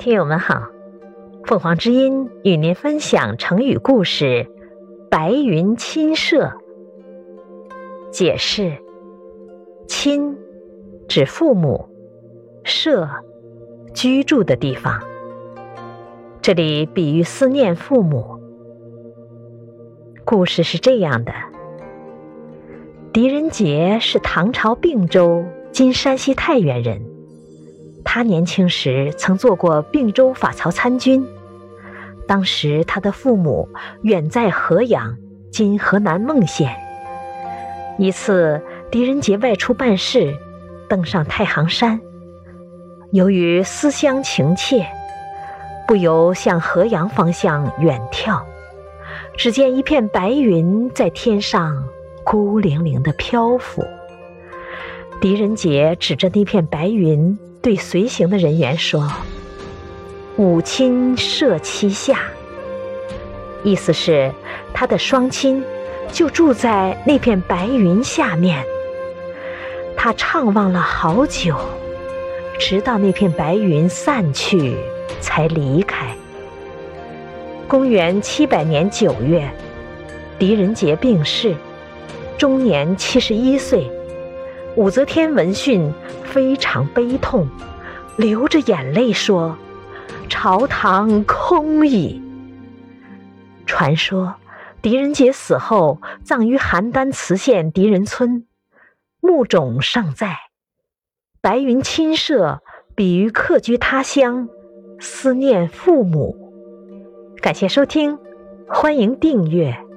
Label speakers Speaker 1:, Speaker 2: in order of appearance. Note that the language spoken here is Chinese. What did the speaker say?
Speaker 1: 听友们好，凤凰之音与您分享成语故事白云亲舍。解释：亲指父母，舍居住的地方，这里比喻思念父母。故事是这样的，狄仁杰是唐朝并州今山西太原人，他年轻时曾做过并州法曹参军，当时他的父母远在河阳今河南孟县。一次狄仁杰外出办事，登上太行山，由于思乡情切，不由向河阳方向远眺，只见一片白云在天上孤零零地漂浮。狄仁杰指着那片白云对随行的人员说：吾亲舍其下，意思是他的双亲就住在那片白云下面。他怅望了好久，直到那片白云散去才离开。公元700年9月，狄仁杰病逝，终年71岁。武则天闻讯非常悲痛，流着眼泪说：朝堂空矣。传说狄仁杰死后葬于邯郸磁县狄仁村，墓冢尚在。白云亲舍比喻客居他乡，思念父母。感谢收听，欢迎订阅。